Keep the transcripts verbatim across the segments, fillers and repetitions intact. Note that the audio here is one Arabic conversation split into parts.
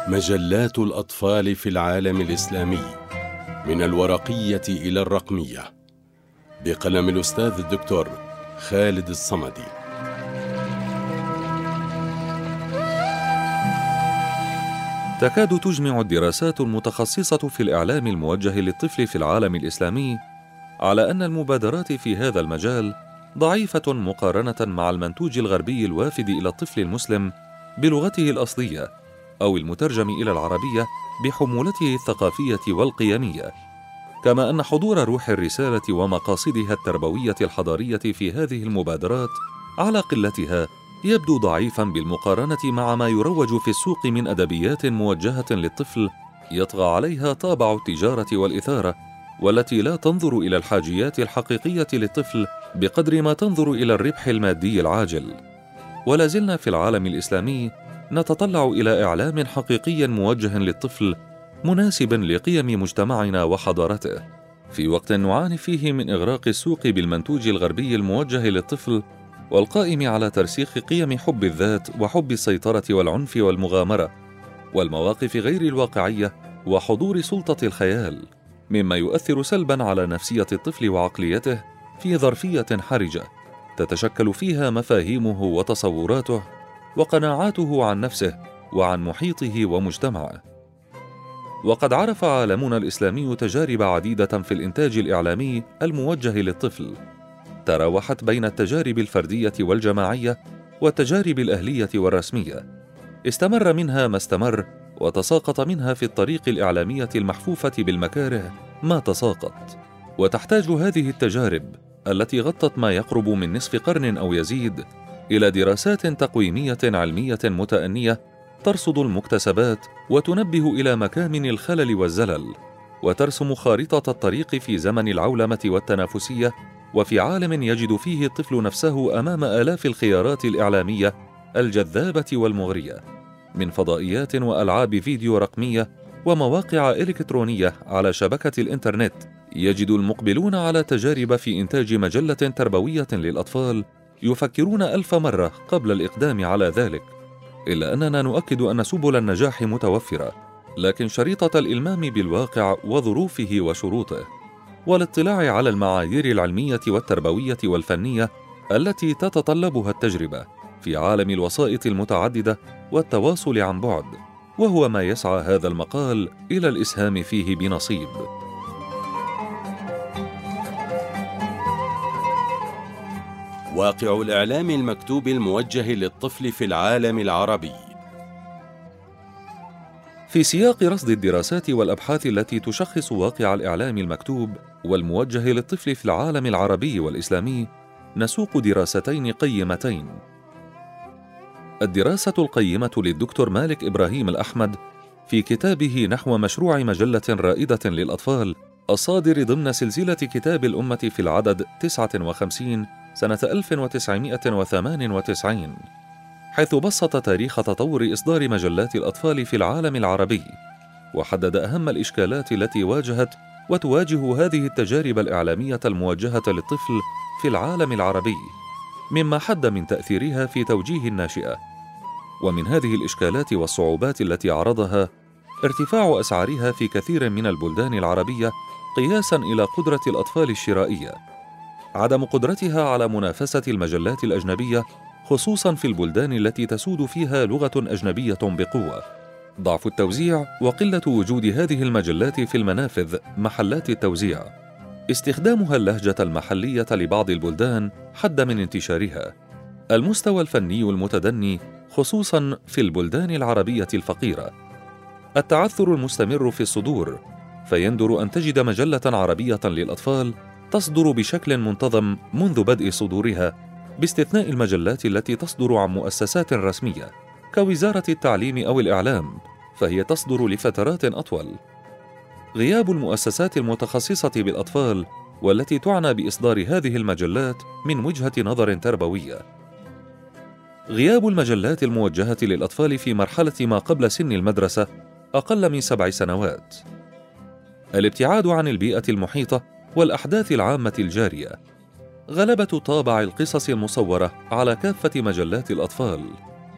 مجلات الأطفال في العالم الإسلامي، من الورقية إلى الرقمية، بقلم الأستاذ الدكتور خالد الصمدي. تكاد تجمع الدراسات المتخصصة في الإعلام الموجه للطفل في العالم الإسلامي على أن المبادرات في هذا المجال ضعيفة مقارنة مع المنتوج الغربي الوافد إلى الطفل المسلم بلغته الأصلية أو المترجم إلى العربية بحمولته الثقافية والقيمية، كما أن حضور روح الرسالة ومقاصدها التربوية الحضارية في هذه المبادرات على قلتها يبدو ضعيفاً بالمقارنة مع ما يروج في السوق من أدبيات موجهة للطفل يطغى عليها طابع التجارة والإثارة، والتي لا تنظر إلى الحاجيات الحقيقية للطفل بقدر ما تنظر إلى الربح المادي العاجل. ولا زلنا في العالم الإسلامي نتطلع إلى إعلام حقيقي موجه للطفل مناسب لقيم مجتمعنا وحضارته، في وقت نعاني فيه من إغراق السوق بالمنتوج الغربي الموجه للطفل والقائم على ترسيخ قيم حب الذات وحب السيطرة والعنف والمغامرة والمواقف غير الواقعية وحضور سلطة الخيال، مما يؤثر سلباً على نفسية الطفل وعقليته في ظرفية حرجة تتشكل فيها مفاهيمه وتصوراته وقناعاته عن نفسه وعن محيطه ومجتمعه. وقد عرف عالمنا الإسلامي تجارب عديدة في الإنتاج الإعلامي الموجه للطفل، تراوحت بين التجارب الفردية والجماعية والتجارب الأهلية والرسمية، استمر منها ما استمر وتساقط منها في الطريق الإعلامية المحفوفة بالمكاره ما تساقط. وتحتاج هذه التجارب التي غطت ما يقرب من نصف قرن أو يزيد إلى دراسات تقويمية علمية متأنية ترصد المكتسبات وتنبه إلى مكامن الخلل والزلل، وترسم خارطة الطريق في زمن العولمة والتنافسية، وفي عالم يجد فيه الطفل نفسه أمام آلاف الخيارات الإعلامية الجذابة والمغرية، من فضائيات وألعاب فيديو رقمية ومواقع إلكترونية على شبكة الإنترنت. يجد المقبلون على تجارب في إنتاج مجلة تربوية للأطفال يفكرون ألف مرة قبل الإقدام على ذلك، إلا أننا نؤكد أن سبل النجاح متوفرة، لكن شريطة الإلمام بالواقع وظروفه وشروطه والاطلاع على المعايير العلمية والتربوية والفنية التي تتطلبها التجربة في عالم الوسائط المتعددة والتواصل عن بعد، وهو ما يسعى هذا المقال إلى الإسهام فيه بنصيب. واقع الإعلام المكتوب الموجه للطفل في العالم العربي. في سياق رصد الدراسات والأبحاث التي تشخص واقع الإعلام المكتوب والموجه للطفل في العالم العربي والإسلامي، نسوق دراستين قيمتين. الدراسة القيمة للدكتور مالك إبراهيم الأحمد في كتابه نحو مشروع مجلة رائدة للأطفال الصادر ضمن سلسلة كتاب الأمة في العدد تسعة وخمسين سنة ألف وتسعمائة وثمانية وتسعين، حيث بسط تاريخ تطور إصدار مجلات الأطفال في العالم العربي، وحدد أهم الإشكالات التي واجهت وتواجه هذه التجارب الإعلامية الموجهة للطفل في العالم العربي، مما حد من تأثيرها في توجيه الناشئة. ومن هذه الإشكالات والصعوبات التي عرضها ارتفاع أسعارها في كثير من البلدان العربية قياساً إلى قدرة الأطفال الشرائية، عدم قدرتها على منافسة المجلات الأجنبية خصوصاً في البلدان التي تسود فيها لغة أجنبية بقوة، ضعف التوزيع وقلة وجود هذه المجلات في المنافذ محلات التوزيع، استخدامها اللهجة المحلية لبعض البلدان حد من انتشارها، المستوى الفني المتدني خصوصاً في البلدان العربية الفقيرة، التعثر المستمر في الصدور، فيندر أن تجد مجلة عربية للأطفال تصدر بشكل منتظم منذ بدء صدورها، باستثناء المجلات التي تصدر عن مؤسسات رسمية كوزارة التعليم أو الإعلام، فهي تصدر لفترات أطول. غياب المؤسسات المتخصصة بالأطفال والتي تعنى بإصدار هذه المجلات من وجهة نظر تربوية. غياب المجلات الموجهة للأطفال في مرحلة ما قبل سن المدرسة أقل من سبع سنوات. الابتعاد عن البيئة المحيطة والأحداث العامة الجارية. غلبة طابع القصص المصورة على كافة مجلات الأطفال.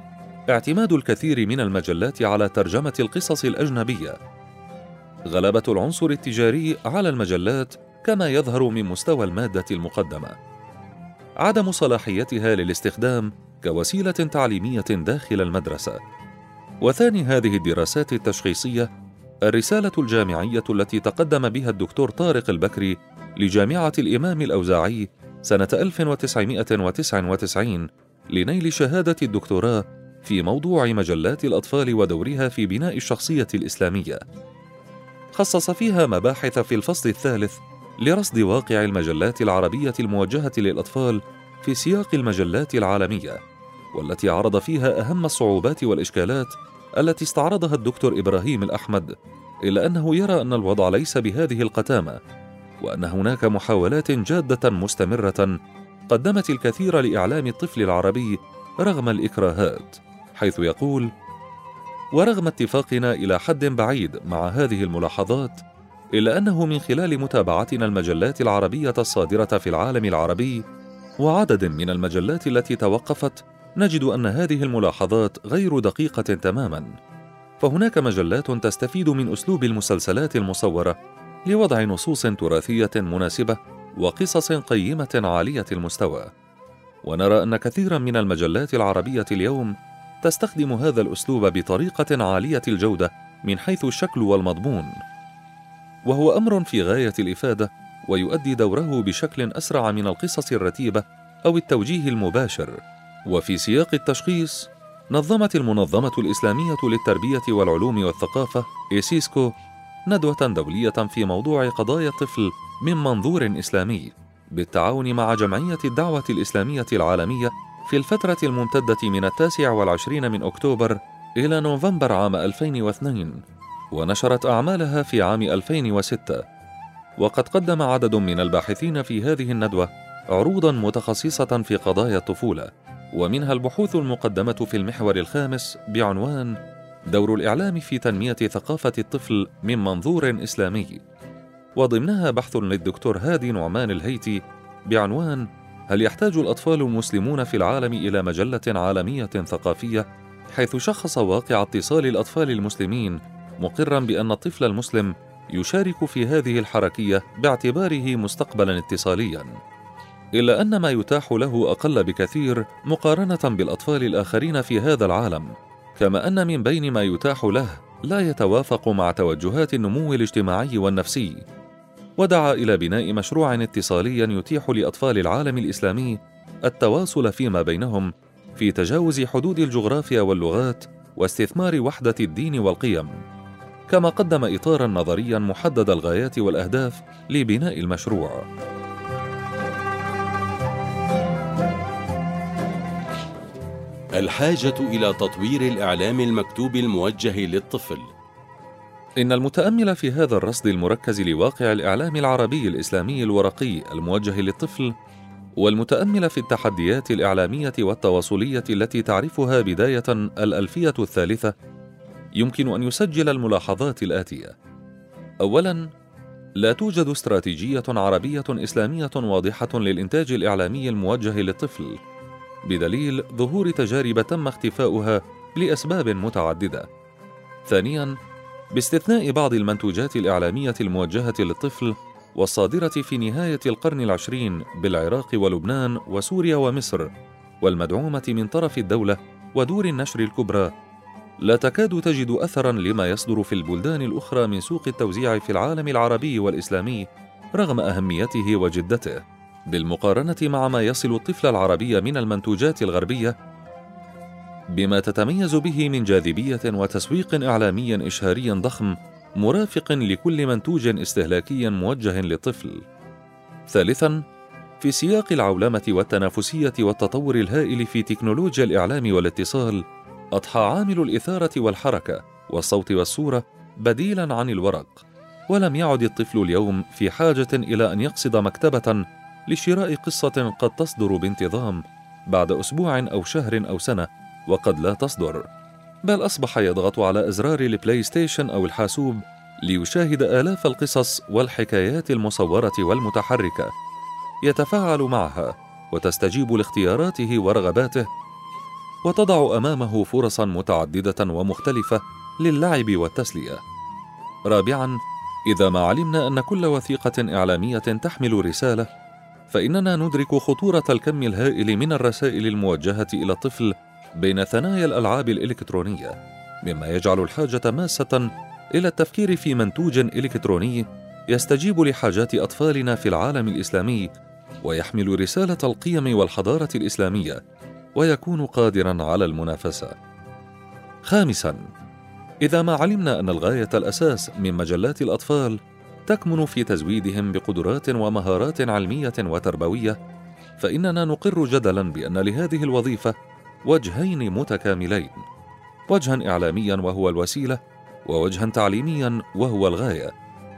اعتماد الكثير من المجلات على ترجمة القصص الأجنبية، غلبة العنصر التجاري على المجلات كما يظهر من مستوى المادة المقدمة، عدم صلاحيتها للاستخدام كوسيلة تعليمية داخل المدرسة. وثاني هذه الدراسات التشخيصية الرسالة الجامعية التي تقدم بها الدكتور طارق البكري لجامعة الإمام الأوزاعي سنة ألف وتسعمائة وتسعة وتسعين لنيل شهادة الدكتوراه في موضوع مجلات الأطفال ودورها في بناء الشخصية الإسلامية. خصص فيها مباحث في الفصل الثالث لرصد واقع المجلات العربية الموجهة للأطفال في سياق المجلات العالمية، والتي عرض فيها أهم الصعوبات والإشكالات التي استعرضها الدكتور إبراهيم الأحمد، إلا أنه يرى أن الوضع ليس بهذه القتامة، وأن هناك محاولات جادة مستمرة قدمت الكثير لإعلام الطفل العربي رغم الإكراهات، حيث يقول: ورغم اتفاقنا إلى حد بعيد مع هذه الملاحظات، إلا أنه من خلال متابعتنا المجلات العربية الصادرة في العالم العربي وعدد من المجلات التي توقفت، نجد أن هذه الملاحظات غير دقيقة تماما. فهناك مجلات تستفيد من أسلوب المسلسلات المصورة لوضع نصوص تراثية مناسبة وقصص قيمة عالية المستوى، ونرى أن كثيرا من المجلات العربية اليوم تستخدم هذا الأسلوب بطريقة عالية الجودة من حيث الشكل والمضمون، وهو أمر في غاية الإفادة ويؤدي دوره بشكل أسرع من القصص الرتيبة أو التوجيه المباشر. وفي سياق التشخيص، نظمت المنظمة الإسلامية للتربية والعلوم والثقافة إيسيسكو ندوة دولية في موضوع قضايا الطفل من منظور إسلامي بالتعاون مع جمعية الدعوة الإسلامية العالمية في الفترة الممتدة من التاسع والعشرين من أكتوبر إلى نوفمبر عام ألفين واثنين، ونشرت أعمالها في عام ألفين وستة. وقد قدم عدد من الباحثين في هذه الندوة عروضاً متخصصة في قضايا الطفولة، ومنها البحوث المقدمة في المحور الخامس بعنوان دور الإعلام في تنمية ثقافة الطفل من منظور إسلامي، وضمنها بحث للدكتور هادي نعمان الهيتي بعنوان هل يحتاج الأطفال المسلمون في العالم إلى مجلة عالمية ثقافية، حيث شخص واقع اتصال الأطفال المسلمين مقراً بأن الطفل المسلم يشارك في هذه الحركية باعتباره مستقبلاً اتصالياً، إلا أن ما يتاح له أقل بكثير مقارنة بالأطفال الآخرين في هذا العالم، كما أن من بين ما يتاح له لا يتوافق مع توجهات النمو الاجتماعي والنفسي. ودعا إلى بناء مشروع اتصالي يتيح لأطفال العالم الإسلامي التواصل فيما بينهم في تجاوز حدود الجغرافيا واللغات واستثمار وحدة الدين والقيم، كما قدم إطاراً نظرياً محدد الغايات والأهداف لبناء المشروع. الحاجة إلى تطوير الإعلام المكتوب الموجه للطفل. إن المتأمل في هذا الرصد المركز لواقع الإعلام العربي الإسلامي الورقي الموجه للطفل، والمتأمل في التحديات الإعلامية والتواصلية التي تعرفها بداية الألفية الثالثة، يمكن أن يسجل الملاحظات الآتية: أولاً، لا توجد استراتيجية عربية إسلامية واضحة للإنتاج الإعلامي الموجه للطفل، بدليل ظهور تجارب تم اختفاؤها لأسباب متعددة. ثانياً، باستثناء بعض المنتوجات الإعلامية الموجهة للطفل والصادرة في نهاية القرن العشرين بالعراق ولبنان وسوريا ومصر، والمدعومة من طرف الدولة ودور النشر الكبرى، لا تكاد تجد أثراً لما يصدر في البلدان الأخرى من سوق التوزيع في العالم العربي والإسلامي رغم أهميته وجدته، بالمقارنة مع ما يصل الطفل العربي من المنتوجات الغربية، بما تتميز به من جاذبية وتسويق إعلامي إشهاري ضخم مرافق لكل منتوج استهلاكي موجه للطفل. ثالثاً، في سياق العولمة والتنافسية والتطور الهائل في تكنولوجيا الإعلام والاتصال، أضحى عامل الإثارة والحركة والصوت والصورة بديلاً عن الورق، ولم يعد الطفل اليوم في حاجة إلى أن يقصد مكتبة لشراء قصة قد تصدر بانتظام بعد أسبوع أو شهر أو سنة وقد لا تصدر، بل أصبح يضغط على أزرار البلاي ستيشن أو الحاسوب ليشاهد آلاف القصص والحكايات المصورة والمتحركة، يتفاعل معها وتستجيب لاختياراته ورغباته، وتضع أمامه فرصا متعددة ومختلفة للعب والتسلية. رابعا، إذا ما علمنا أن كل وثيقة إعلامية تحمل رسالة، فإننا ندرك خطورة الكم الهائل من الرسائل الموجهة إلى الطفل بين ثنايا الألعاب الإلكترونية، مما يجعل الحاجة ماسة إلى التفكير في منتوج إلكتروني يستجيب لحاجات أطفالنا في العالم الإسلامي، ويحمل رسالة القيم والحضارة الإسلامية، ويكون قادراً على المنافسة. خامساً، إذا ما علمنا أن الغاية الأساس من مجلات الأطفال تكمن في تزويدهم بقدرات ومهارات علمية وتربوية، فإننا نقر جدلاً بأن لهذه الوظيفة وجهين متكاملين، وجهاً إعلامياً وهو الوسيلة، ووجهاً تعليمياً وهو الغاية.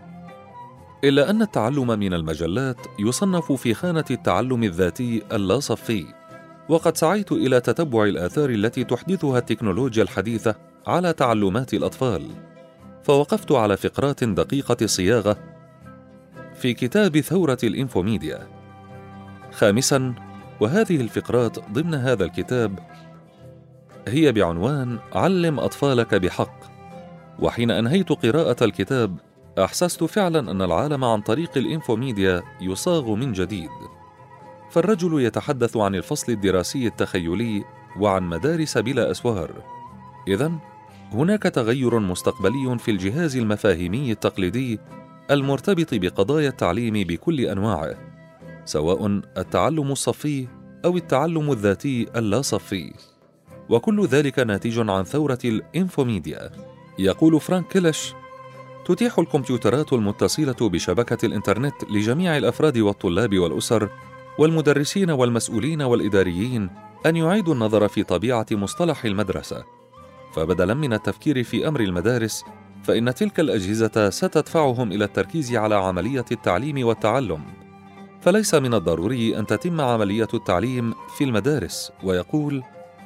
إلا أن التعلم من المجلات يصنف في خانة التعلم الذاتي اللا صفي، وقد سعيت إلى تتبع الآثار التي تحدثها التكنولوجيا الحديثة على تعلمات الأطفال، فوقفت على فقرات دقيقة الصياغة في كتاب ثورة الإنفوميديا. خامساً، وهذه الفقرات ضمن هذا الكتاب هي بعنوان علم أطفالك بحق. وحين أنهيت قراءة الكتاب أحسست فعلاً أن العالم عن طريق الإنفوميديا يصاغ من جديد، فالرجل يتحدث عن الفصل الدراسي التخيلي وعن مدارس بلا أسوار. إذن هناك تغير مستقبلي في الجهاز المفاهيمي التقليدي المرتبط بقضايا التعليم بكل أنواعه، سواء التعلم الصفي أو التعلم الذاتي اللا صفي، وكل ذلك ناتج عن ثورة الإنفوميديا. يقول فرانك كيلش: تتيح الكمبيوترات المتصلة بشبكة الإنترنت لجميع الأفراد والطلاب والأسر والمدرسين والمسؤولين والإداريين أن يعيدوا النظر في طبيعة مصطلح المدرسة، فبدلاً من التفكير في أمر المدارس، فإن تلك الأجهزة ستدفعهم إلى التركيز على عملية التعليم والتعلم، فليس من الضروري أن تتم عملية التعليم في المدارس. ويقول: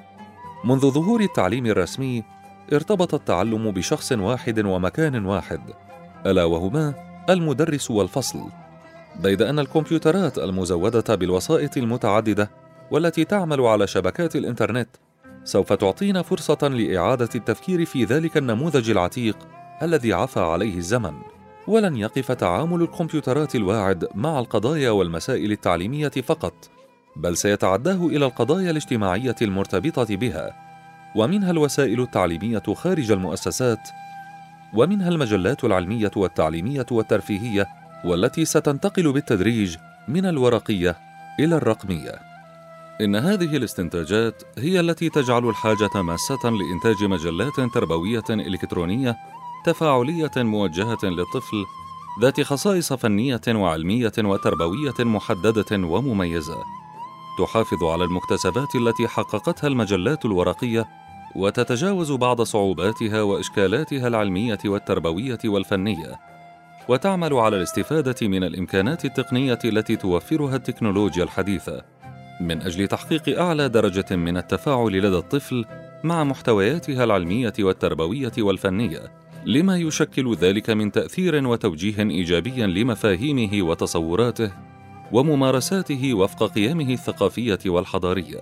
منذ ظهور التعليم الرسمي ارتبط التعلم بشخص واحد ومكان واحد، ألا وهما المدرس والفصل، بيد أن الكمبيوترات المزودة بالوسائط المتعددة والتي تعمل على شبكات الإنترنت سوف تعطينا فرصة لإعادة التفكير في ذلك النموذج العتيق الذي عفى عليه الزمن، ولن يقف تعامل الكمبيوترات الواعد مع القضايا والمسائل التعليمية فقط، بل سيتعداه إلى القضايا الاجتماعية المرتبطة بها، ومنها الوسائل التعليمية خارج المؤسسات، ومنها المجلات العلمية والتعليمية والترفيهية، والتي ستنتقل بالتدريج من الورقية إلى الرقمية. إن هذه الاستنتاجات هي التي تجعل الحاجة ماسة لإنتاج مجلات تربوية إلكترونية تفاعلية موجهة للطفل، ذات خصائص فنية وعلمية وتربوية محددة ومميزة، تحافظ على المكتسبات التي حققتها المجلات الورقية، وتتجاوز بعض صعوباتها وإشكالاتها العلمية والتربوية والفنية، وتعمل على الاستفادة من الإمكانات التقنية التي توفرها التكنولوجيا الحديثة من أجل تحقيق أعلى درجة من التفاعل لدى الطفل مع محتوياتها العلمية والتربوية والفنية، لما يشكل ذلك من تأثير وتوجيه إيجابي لمفاهيمه وتصوراته وممارساته وفق قيمه الثقافية والحضارية.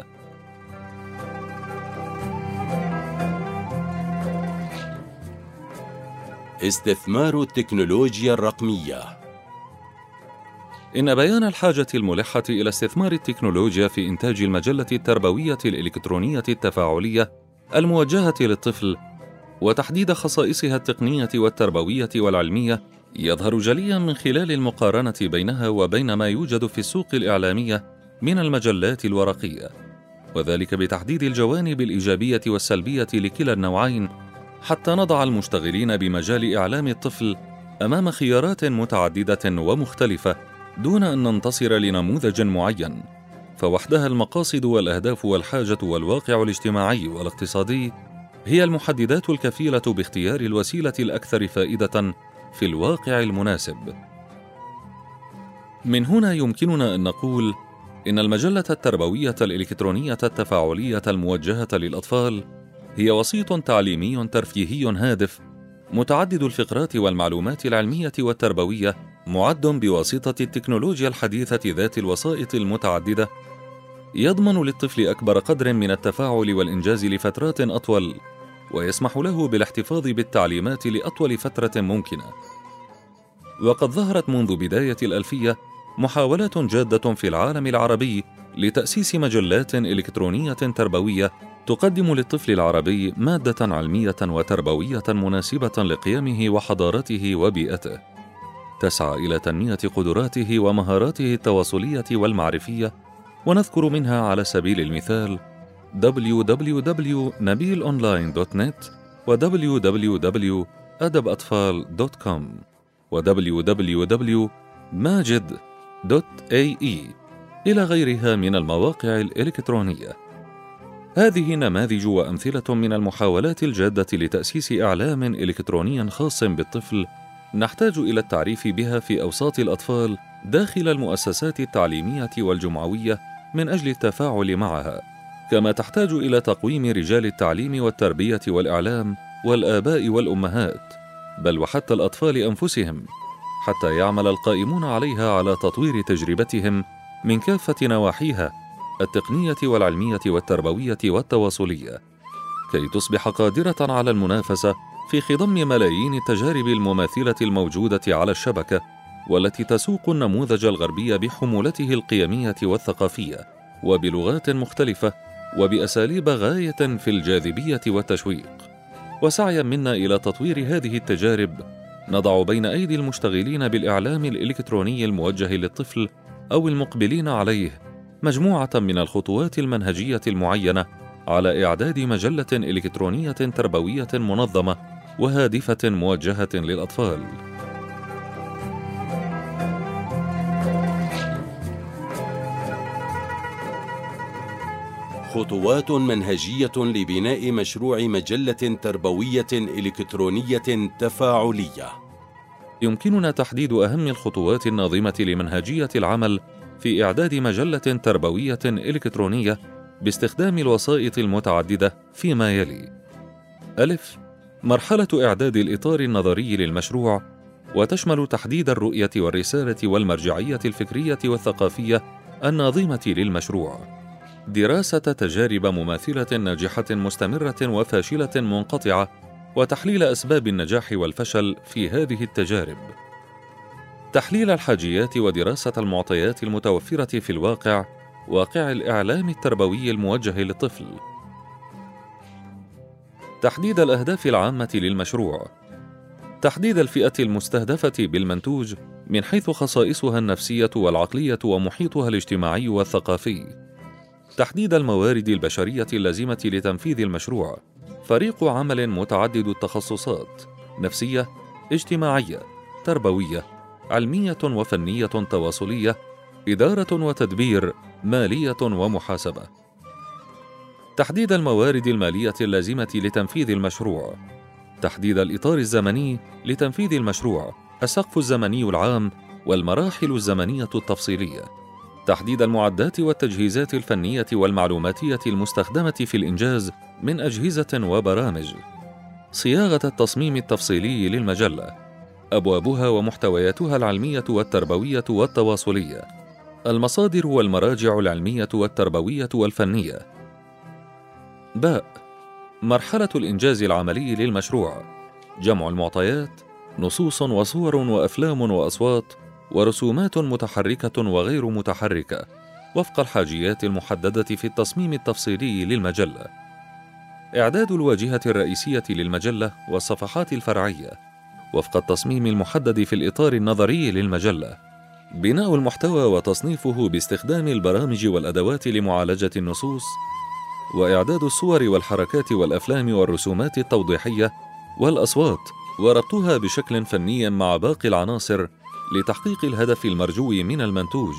استثمار التكنولوجيا الرقمية. إن بيان الحاجة الملحة إلى استثمار التكنولوجيا في إنتاج المجلة التربوية الإلكترونية التفاعلية الموجهة للطفل، وتحديد خصائصها التقنية والتربوية والعلمية، يظهر جلياً من خلال المقارنة بينها وبين ما يوجد في السوق الإعلامية من المجلات الورقية، وذلك بتحديد الجوانب الإيجابية والسلبية لكلا النوعين، حتى نضع المشتغلين بمجال إعلام الطفل أمام خيارات متعددة ومختلفة دون أن ننتصر لنموذج معين، فوحدها المقاصد والأهداف والحاجة والواقع الاجتماعي والاقتصادي هي المحددات الكفيلة باختيار الوسيلة الأكثر فائدة في الواقع المناسب. من هنا يمكننا أن نقول إن المجلة التربوية الإلكترونية التفاعلية الموجهة للأطفال هي وسيط تعليمي ترفيهي هادف متعدد الفقرات والمعلومات العلمية والتربوية، معد بواسطة التكنولوجيا الحديثة ذات الوسائط المتعددة، يضمن للطفل أكبر قدر من التفاعل والإنجاز لفترات أطول، ويسمح له بالاحتفاظ بالتعليمات لأطول فترة ممكنة. وقد ظهرت منذ بداية الألفية محاولات جادة في العالم العربي لتأسيس مجلات إلكترونية تربوية تقدم للطفل العربي مادة علمية وتربوية مناسبة لقيمه وحضارته وبيئته، تسعى إلى تنمية قدراته ومهاراته التواصلية والمعرفية، ونذكر منها على سبيل المثال دبليو دبليو دبليو دوت نبيل أونلاين دوت نت و دبليو دبليو دبليو دوت أدب أطفال دوت كوم و دبليو دبليو دبليو دوت ماجد دوت إيه إي إلى غيرها من المواقع الإلكترونية. هذه نماذج وأمثلة من المحاولات الجادة لتأسيس إعلام إلكتروني خاص بالطفل نحتاج إلى التعريف بها في أوساط الأطفال داخل المؤسسات التعليمية والجمعوية من أجل التفاعل معها، كما تحتاج إلى تقويم رجال التعليم والتربية والإعلام والآباء والأمهات، بل وحتى الأطفال أنفسهم، حتى يعمل القائمون عليها على تطوير تجربتهم من كافة نواحيها التقنية والعلمية والتربوية والتواصلية، كي تصبح قادرة على المنافسة في خضم ملايين التجارب المماثلة الموجودة على الشبكة، والتي تسوق النموذج الغربي بحمولته القيمية والثقافية وبلغات مختلفة وبأساليب غاية في الجاذبية والتشويق. وسعيا منا إلى تطوير هذه التجارب نضع بين أيدي المشتغلين بالإعلام الإلكتروني الموجه للطفل أو المقبلين عليه مجموعة من الخطوات المنهجية المعينة على إعداد مجلة إلكترونية تربوية منظمة وهادفة موجهة للأطفال. خطوات منهجية لبناء مشروع مجلة تربوية إلكترونية تفاعلية. يمكننا تحديد أهم الخطوات الناظمة لمنهجية العمل في إعداد مجلة تربوية إلكترونية باستخدام الوسائط المتعددة فيما يلي: ألف. مرحلة إعداد الإطار النظري للمشروع، وتشمل تحديد الرؤية والرسالة والمرجعية الفكرية والثقافية الناظمة للمشروع، دراسة تجارب مماثلة ناجحة مستمرة وفاشلة منقطعة، وتحليل أسباب النجاح والفشل في هذه التجارب، تحليل الحاجيات ودراسة المعطيات المتوفرة في الواقع واقع الإعلام التربوي الموجه للطفل، تحديد الأهداف العامة للمشروع، تحديد الفئة المستهدفة بالمنتوج من حيث خصائصها النفسية والعقلية ومحيطها الاجتماعي والثقافي، تحديد الموارد البشرية اللازمة لتنفيذ المشروع، فريق عمل متعدد التخصصات، نفسية، اجتماعية، تربوية، علمية وفنية تواصلية، إدارة وتدبير، مالية ومحاسبة، تحديد الموارد المالية اللازمة لتنفيذ المشروع، تحديد الإطار الزمني لتنفيذ المشروع، السقف الزمني العام والمراحل الزمنية التفصيلية، تحديد المعدات والتجهيزات الفنية والمعلوماتية المستخدمة في الإنجاز من أجهزة وبرامج، صياغة التصميم التفصيلي للمجلة، أبوابها ومحتوياتها العلمية والتربوية والتواصلية، المصادر والمراجع العلمية والتربوية والفنية. باء. مرحلة الإنجاز العملي للمشروع، جمع المعطيات، نصوص وصور وأفلام وأصوات ورسومات متحركة وغير متحركة وفق الحاجيات المحددة في التصميم التفصيلي للمجلة، إعداد الواجهة الرئيسية للمجلة والصفحات الفرعية وفق التصميم المحدد في الإطار النظري للمجلة، بناء المحتوى وتصنيفه باستخدام البرامج والأدوات لمعالجة النصوص، وإعداد الصور والحركات والأفلام والرسومات التوضيحية والأصوات وربطها بشكل فني مع باقي العناصر لتحقيق الهدف المرجو من المنتوج.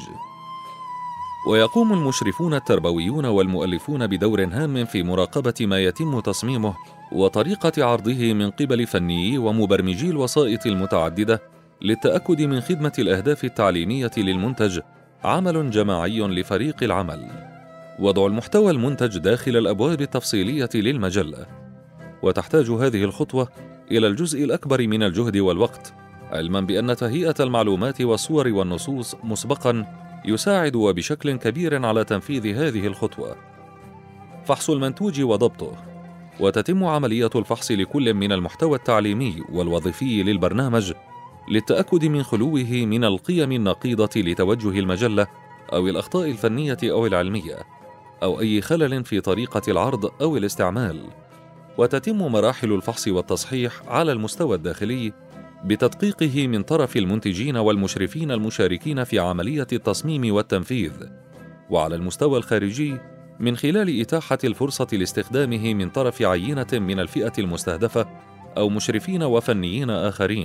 ويقوم المشرفون التربويون والمؤلفون بدور هام في مراقبة ما يتم تصميمه وطريقة عرضه من قبل فنيي ومبرمجي الوسائط المتعددة للتأكد من خدمة الأهداف التعليمية للمنتج، عمل جماعي لفريق العمل. وضع المحتوى المنتج داخل الأبواب التفصيلية للمجلة، وتحتاج هذه الخطوة إلى الجزء الأكبر من الجهد والوقت، علما بأن تهيئة المعلومات والصور والنصوص مسبقا يساعد وبشكل كبير على تنفيذ هذه الخطوة. فحص المنتوج وضبطه. وتتم عملية الفحص لكل من المحتوى التعليمي والوظيفي للبرنامج للتأكد من خلوه من القيم النقيضة لتوجه المجلة أو الأخطاء الفنية أو العلمية أو أي خلل في طريقة العرض أو الاستعمال. وتتم مراحل الفحص والتصحيح على المستوى الداخلي بتدقيقه من طرف المنتجين والمشرفين المشاركين في عملية التصميم والتنفيذ، وعلى المستوى الخارجي من خلال إتاحة الفرصة لاستخدامه من طرف عينة من الفئة المستهدفة أو مشرفين وفنيين آخرين.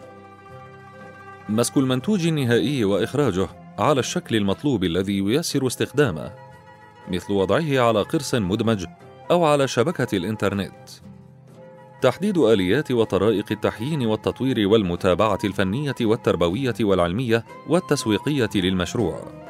مسك المنتوج النهائي وإخراجه على الشكل المطلوب الذي ييسر استخدامه، مثل وضعه على قرص مدمج أو على شبكة الإنترنت. تحديد آليات وطرائق التحيين والتطوير والمتابعة الفنية والتربوية والعلمية والتسويقية للمشروع.